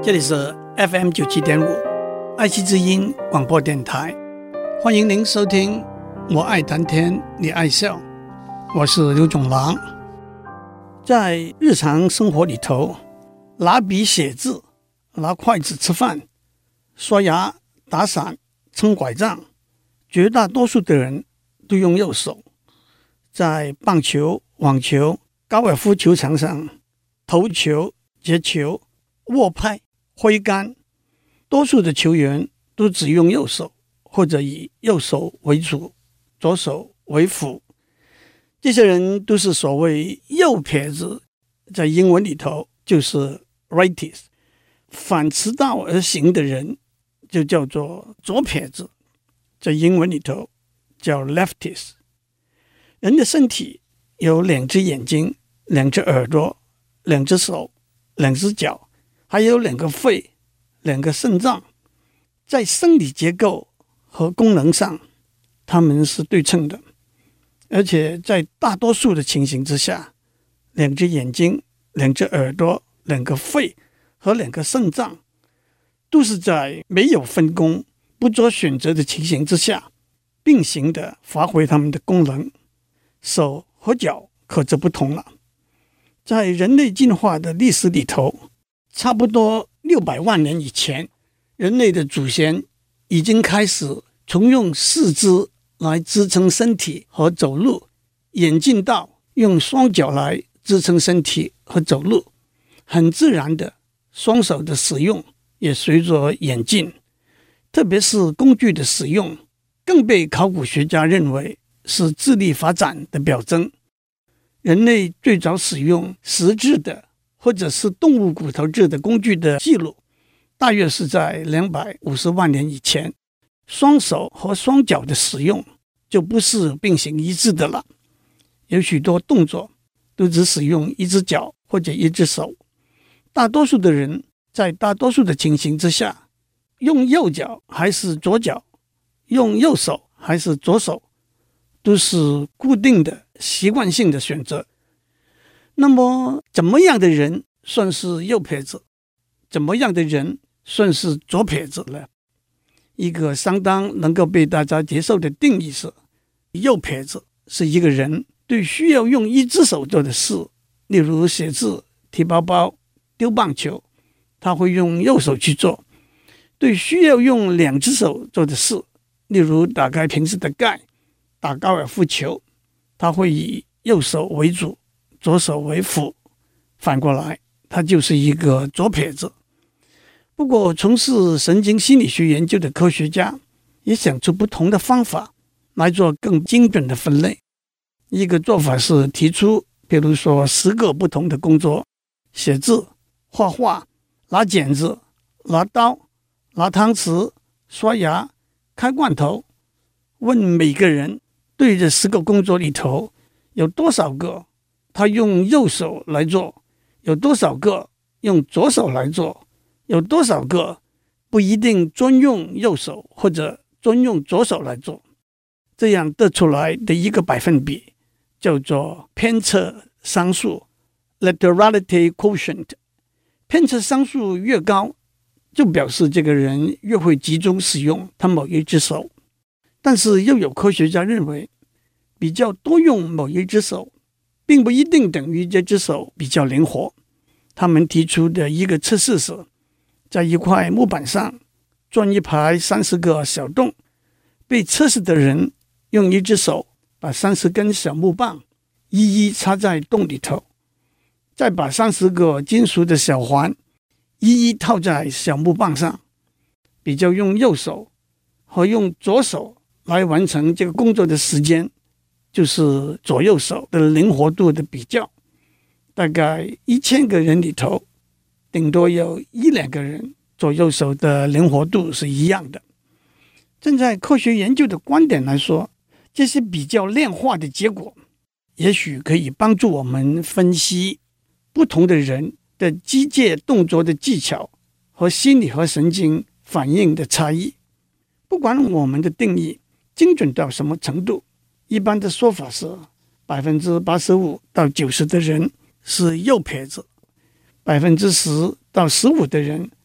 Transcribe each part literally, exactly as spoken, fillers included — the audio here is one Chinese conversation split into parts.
这里是 F M 九七点五爱惜之音广播电台，欢迎您收听我爱谈天你爱笑，我是刘总郎。在日常生活里头，拿笔写字，拿筷子吃饭，刷牙、打伞、撑拐杖，绝大多数的人都用右手。在棒球、网球、高尔夫球场上，投球、接球、握拍、挥杆，多数的球员都只用右手，或者以右手为主，左手为辅。这些人都是所谓右撇子，在英文里头就是 righties。 反其道而行的人就叫做左撇子，在英文里头叫 lefties。 人的身体有两只眼睛、两只耳朵、两只手、两只脚，还有两个肺、两个肾脏。在生理结构和功能上，它们是对称的，而且在大多数的情形之下，两只眼睛、两只耳朵、两个肺和两个肾脏都是在没有分工、不做选择的情形之下，并行的发挥它们的功能。手和脚可就不同了。在人类进化的历史里头，差不多六百万年以前，人类的祖先已经开始从用四肢来支撑身体和走路，演进到用双脚来支撑身体和走路。很自然的，双手的使用也随着演进，特别是工具的使用，更被考古学家认为是智力发展的表征。人类最早使用石制的或者是动物骨头制的工具的记录，大约是在两百五十万年以前。双手和双脚的使用就不是并行一致的了，有许多动作都只使用一只脚或者一只手。大多数的人在大多数的情形之下，用右脚还是左脚，用右手还是左手，都是固定的习惯性的选择。那么怎么样的人算是右撇子？怎么样的人算是左撇子呢？一个相当能够被大家接受的定义是，右撇子是一个人对需要用一只手做的事，例如写字、提包包、丢棒球，他会用右手去做。对需要用两只手做的事，例如打开瓶子的盖、打高尔夫球，他会以右手为主，左手为辅。反过来，他就是一个左撇子。不过，从事神经心理学研究的科学家也想出不同的方法来做更精准的分类。一个做法是提出，比如说十个不同的工作：写字、画画、拿剪子、拿刀、拿汤匙、刷牙、开罐头，问每个人对这十个工作里头有多少个他用右手来做，有多少个用左手来做，有多少个不一定专用右手或者专用左手来做。这样得出来的一个百分比叫做偏侧商数 laterality quotient。 偏侧商数越高，就表示这个人越会集中使用他某一只手。但是又有科学家认为，比较多用某一只手并不一定等于这只手比较灵活。他们提出的一个测试是，在一块木板上钻一排三十个小洞，被测试的人用一只手把三十根小木棒一一插在洞里头，再把三十个金属的小环一一套在小木棒上。比较用右手和用左手来完成这个工作的时间，就是左右手的灵活度的比较。大概一千个人里头，顶多有一两个人左右手的灵活度是一样的。站在科学研究的观点来说，这些比较量化的结果，也许可以帮助我们分析不同的人的机械动作的技巧和心理和神经反应的差异。不管我们的定义精准到什么程度，一般的说法是百分之八十五到九十的人是右撇子，百分之十到十五的人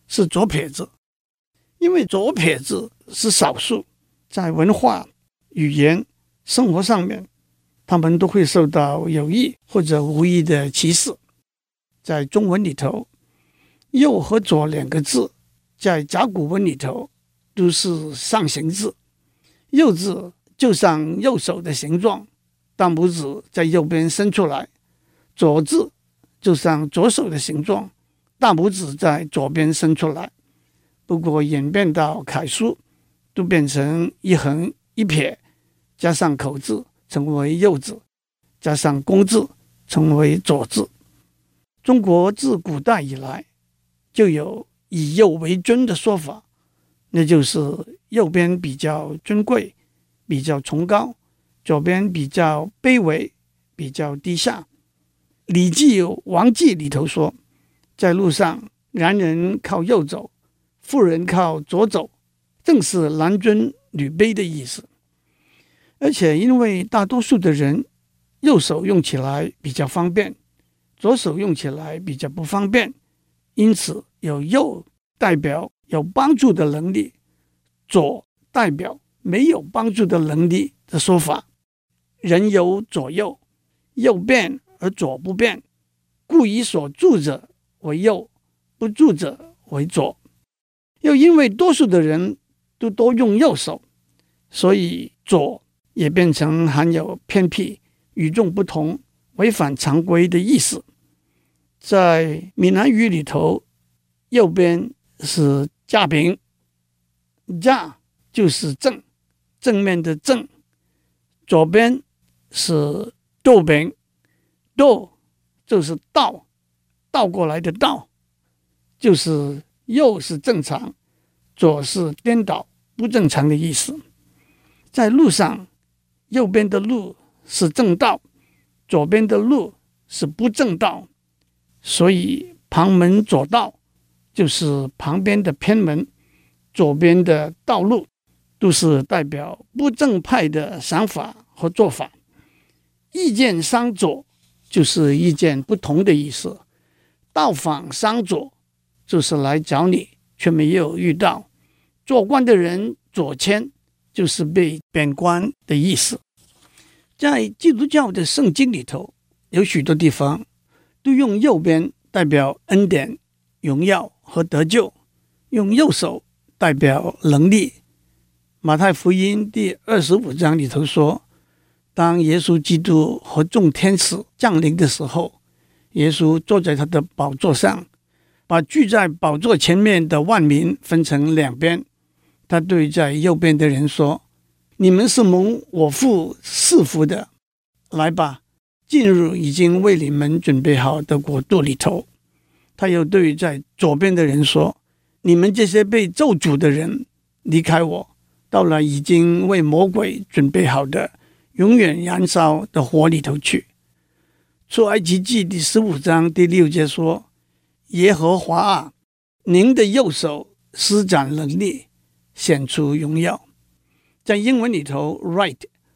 是左撇子，因为左撇子是少数，在文化、语言、生活上面，他们都会受到有意或者无意的歧视。在中文里头，右和左两个字在甲骨文里头都是象形字，右字就像右手的形状，大拇指在右边伸出来，左字就像左手的形状，大拇指在左边伸出来。不过演变到楷书，都变成一横一撇，加上口字成为右字，加上公字成为左字。中国自古代以来就有以右为尊的说法，那就是右边比较尊贵，比较崇高，左边比较卑微，比较低下。礼记王纪里头说，在路上男人靠右走，妇人靠左走，正是男尊女卑的意思。而且因为大多数的人右手用起来比较方便，左手用起来比较不方便，因此有右代表有帮助的能力，左代表没有帮助的能力的说法。人有左右，右变而左不变，故以所住者为右，不住者为左。又因为多数的人都多用右手，所以左也变成含有偏僻、与众不同、违反常规的意思。在闽南语里头，右边是架平，架就是正，正面的正；左边是倒平，倒就是倒，倒过来的倒，就是右是正常，左是颠倒不正常的意思。在路上，右边的路是正道，左边的路是不正道，所以旁门左道就是旁边的偏门，左边的道路，都是代表不正派的想法和做法。意见相左就是意见不同的意思，到访相左就是来找你却没有遇到，做官的人左迁就是被贬官的意思。在基督教的圣经里头，有许多地方都用右边代表恩典、荣耀和得救，用右手代表能力。马太福音第二十五章里头说，当耶稣基督和众天使降临的时候，耶稣坐在他的宝座上，把聚在宝座前面的万民分成两边。他对在右边的人说，你们是蒙我父赐福的，来吧，进入已经为你们准备好的国度里头。他又对在左边的人说，你们这些被咒诅的人，离开我，到了已经为魔鬼准备好的永远燃烧的火里头去。出埃及记第十五章第六节说，耶和华啊，您的右手施展能力，显出荣耀。在英文里头 right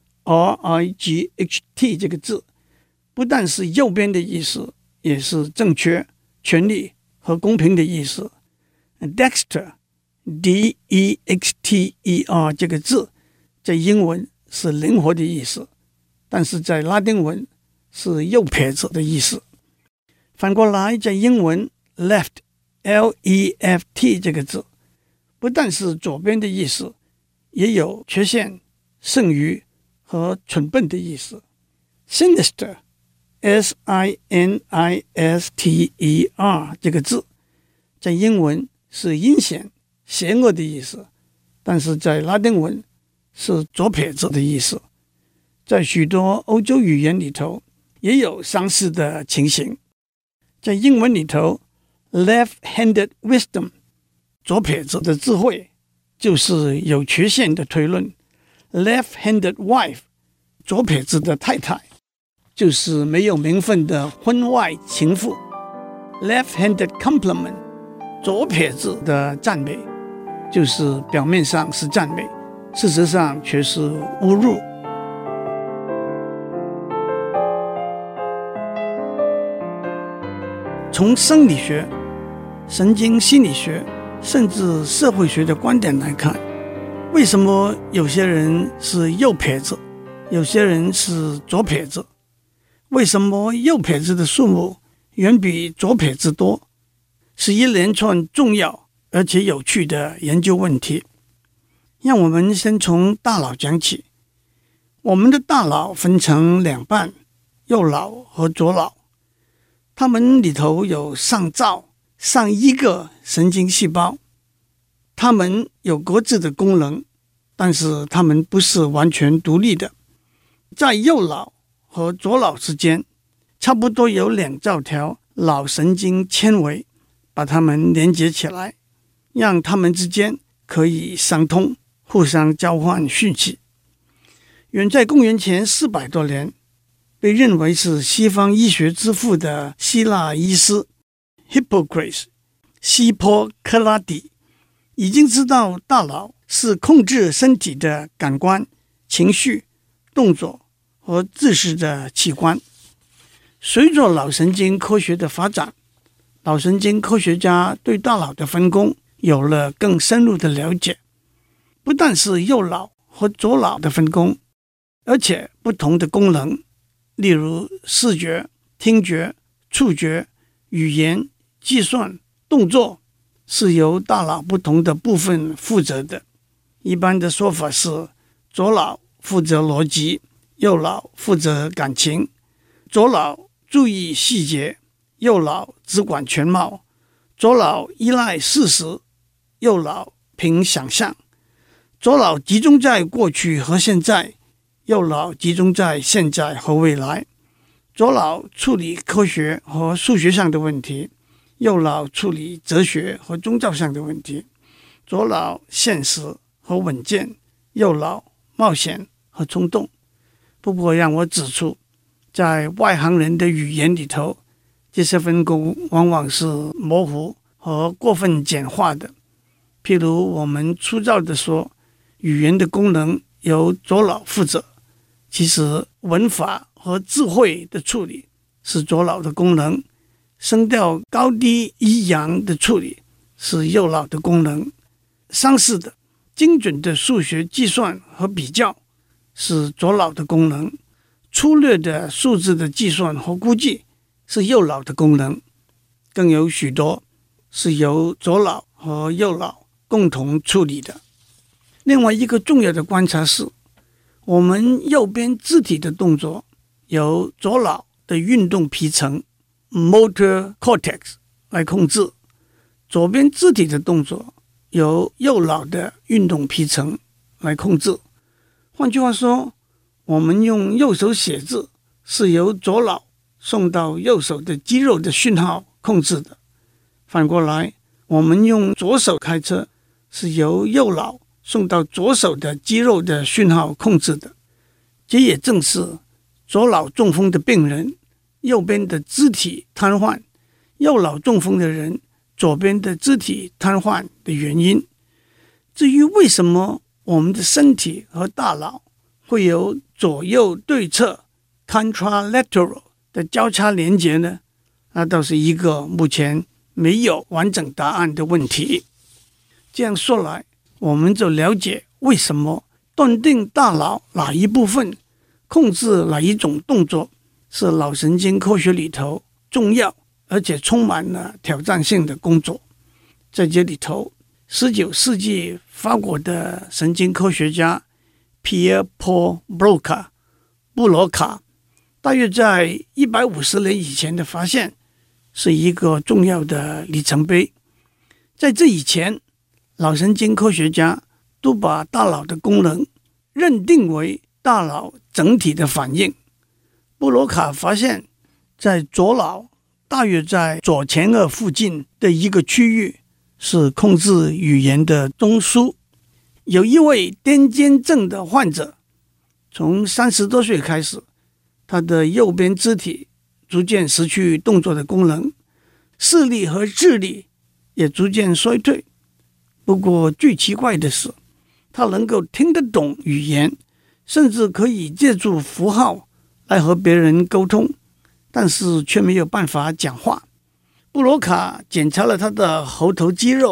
R I G H T 这个字不但是右边的意思，也是正确、权利和公平的意思。 Dexter D E X T E R 这个字在英文是灵活的意思，但是在拉丁文是右撇子的意思。反过来，在英文 left L E F T 这个字不但是左边的意思，也有缺陷、剩余和蠢笨的意思。 Sinister S I N I S T E R 这个字在英文是阴险、邪恶的意思，但是在拉丁文是左撇子的意思。在许多欧洲语言里头也有相似的情形。在英文里头 left-handed wisdom 左撇子的智慧就是有缺陷的推论， left-handed wife 左撇子的太太就是没有名分的婚外情妇， left-handed compliment 左撇子的赞美就是表面上是赞美，事实上却是侮辱。从生理学、神经心理学甚至社会学的观点来看，为什么有些人是右撇子，有些人是左撇子？为什么右撇子的数目远比左撇子多？是一连串重要而且有趣的研究问题。让我们先从大脑讲起。我们的大脑分成两半，右脑和左脑，它们里头有上兆、上亿个神经细胞，它们有各自的功能，但是它们不是完全独立的。在右脑和左脑之间，差不多有两兆条脑神经纤维把它们连接起来，让它们之间可以相通，互相交换讯息。远在公元前四百多年，被认为是西方医学之父的希腊医师 Hippocrates 希波克拉底已经知道大脑是控制身体的感官、情绪、动作和知识的器官。随着脑神经科学的发展，脑神经科学家对大脑的分工有了更深入的了解，不但是右脑和左脑的分工，而且不同的功能，例如视觉、听觉、触觉、语言、计算、动作，是由大脑不同的部分负责的。一般的说法是，左脑负责逻辑，右脑负责感情。左脑注意细节，右脑只管全貌。左脑依赖事实，右脑凭想象。左脑集中在过去和现在，右脑集中在现在和未来。左脑处理科学和数学上的问题，右脑处理哲学和宗教上的问题。左脑现实和稳健，右脑冒险和冲动。不过让我指出，在外行人的语言里头，这些分工往往是模糊和过分简化的。譬如我们粗糙地说，语言的功能由左脑负责，其实文法和智慧的处理是左脑的功能，声调高低抑扬的处理是右脑的功能。相似的，精准的数学计算和比较是左脑的功能，粗略的数字的计算和估计是右脑的功能，更有许多是由左脑和右脑共同处理的。另外一个重要的观察是，我们右边肢体的动作由左脑的运动皮层 motor cortex 来控制，左边肢体的动作由右脑的运动皮层来控制。换句话说，我们用右手写字是由左脑送到右手的肌肉的讯号控制的，反过来，我们用左手开车是由右脑送到左手的肌肉的讯号控制的。这也正是左脑中风的病人右边的肢体瘫痪，右脑中风的人左边的肢体瘫痪的原因。至于为什么我们的身体和大脑会有左右对侧 contralateral 的交叉连接呢？那倒是一个目前没有完整答案的问题。这样说来，我们就了解为什么断定大脑哪一部分控制哪一种动作是脑神经科学里头重要而且充满了挑战性的工作。在这里头，十九世纪法国的神经科学家 Pierre-Paul Broca 布罗卡大约在一百五十年以前的发现是一个重要的里程碑。在这以前，脑神经科学家都把大脑的功能认定为大脑整体的反应。布罗卡发现，在左脑大约在左前额附近的一个区域是控制语言的中枢。有一位癫痫症的患者，从三十多岁开始，他的右边肢体逐渐失去动作的功能，视力和智力也逐渐衰退。不过最奇怪的是，他能够听得懂语言，甚至可以借助符号来和别人沟通，但是却没有办法讲话。布罗卡检查了他的喉头肌肉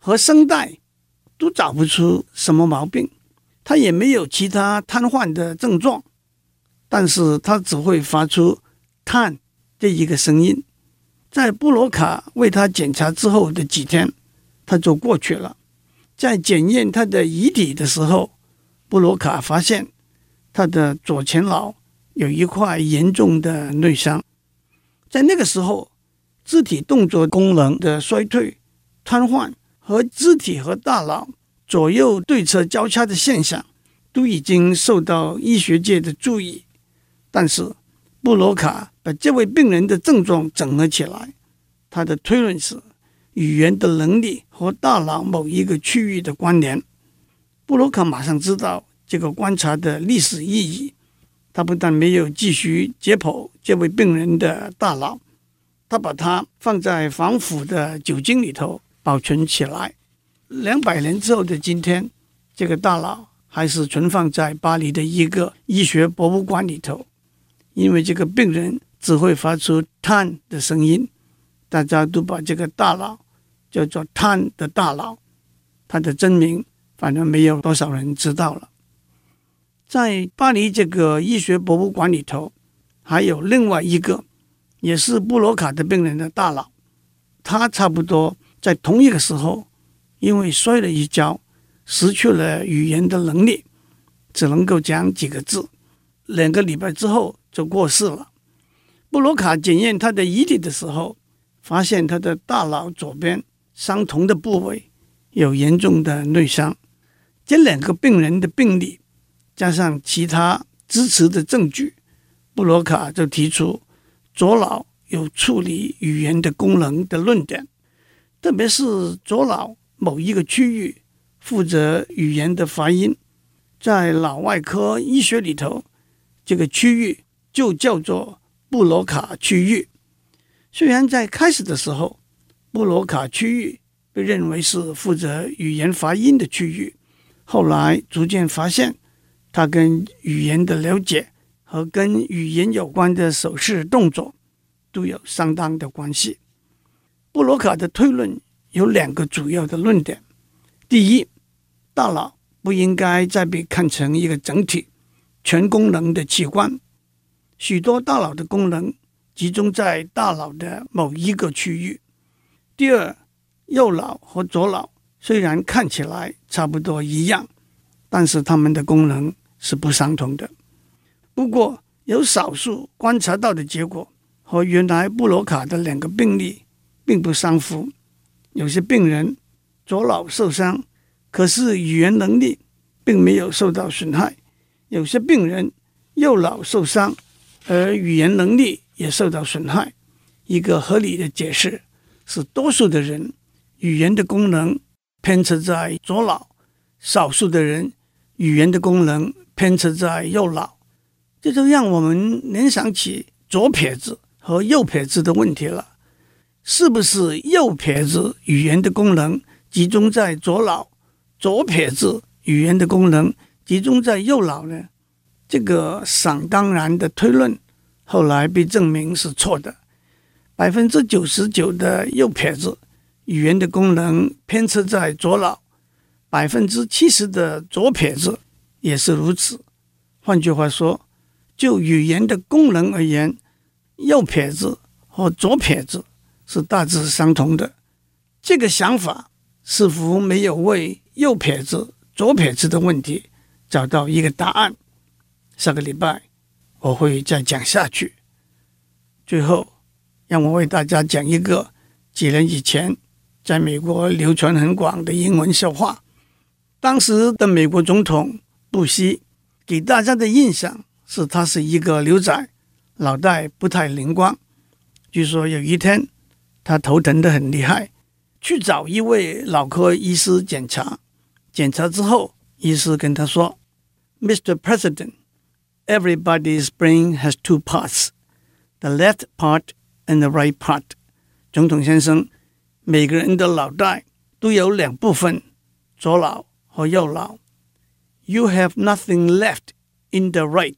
和声带都找不出什么毛病，他也没有其他瘫痪的症状，但是他只会发出叹这一个声音。在布罗卡为他检查之后的几天，他就过去了。在检验他的遗体的时候，布罗卡发现他的左前脑有一块严重的内伤。在那个时候，肢体动作功能的衰退、瘫痪和肢体和大脑左右对侧交叉的现象都已经受到医学界的注意。但是布罗卡把这位病人的症状整合起来，他的推论是语言的能力和大脑某一个区域的关联。布罗卡马上知道这个观察的历史意义，他不但没有继续解剖这位病人的大脑，他把它放在防腐的酒精里头保存起来。两百年之后的今天，这个大脑还是存放在巴黎的一个医学博物馆里头。因为这个病人只会发出叹的声音，大家都把这个大脑叫做叹的大脑，他的真名反正没有多少人知道了。在巴黎这个医学博物馆里头，还有另外一个也是布罗卡的病人的大脑，他差不多在同一个时候因为摔了一跤，失去了语言的能力，只能够讲几个字，两个礼拜之后就过世了。布罗卡检验他的遗体的时候，发现他的大脑左边相同的部位有严重的内伤。这两个病人的病例加上其他支持的证据，布罗卡就提出左脑有处理语言的功能的论点，特别是左脑某一个区域负责语言的发音。在脑外科医学里头，这个区域就叫做布罗卡区域。虽然在开始的时候，布罗卡区域被认为是负责语言发音的区域，后来逐渐发现它跟语言的了解和跟语言有关的手势动作都有相当的关系。布罗卡的推论有两个主要的论点。第一，大脑不应该再被看成一个整体全功能的器官，许多大脑的功能集中在大脑的某一个区域。第二，右脑和左脑虽然看起来差不多一样，但是它们的功能是不相同的。不过有少数观察到的结果和原来布罗卡的两个病例并不相符。有些病人左脑受伤，可是语言能力并没有受到损害；有些病人右脑受伤，而语言能力也受到损害。一个合理的解释是，多数的人语言的功能偏侧在左脑，少数的人语言的功能偏侧在右脑。这就让我们联想起左撇子和右撇子的问题了。是不是右撇子语言的功能集中在左脑，左撇子语言的功能集中在右脑呢？这个想当然的推论后来被证明是错的。百分之九十九的右撇子语言的功能偏侧在左脑，百分之七十的左撇子也是如此。换句话说，就语言的功能而言，右撇子和左撇子是大致相同的。这个想法似乎没有为右撇子、左撇子的问题找到一个答案。下个礼拜我会再讲下去。最后，让我为大家讲一个几年以前在美国流传很广的英文笑话。当时的美国总统布希给大家的印象是他是一个牛仔，脑袋不太灵光。据说有一天他头疼得很厉害，去找一位脑科医师检查。检查之后，医师跟他说 Mister President, everybody's brain has two parts, the left part and the right part. 总统先生，每个人的脑袋都有两部分，左脑和右脑。You have nothing left in the right,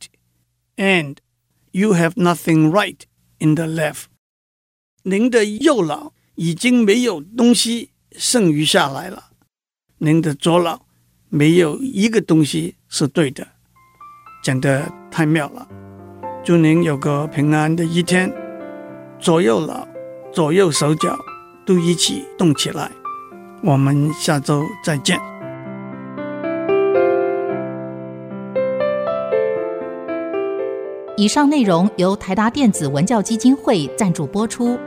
and you have nothing right in the left. 您的右脑已经没有东西剩余下来了，您的左脑没有一个东西是对的。讲得太妙了，祝您有个平安的一天，左右脑左右手脚都一起动起来。我们下周再见。 以上内容由台达电子文教基金会赞助播出。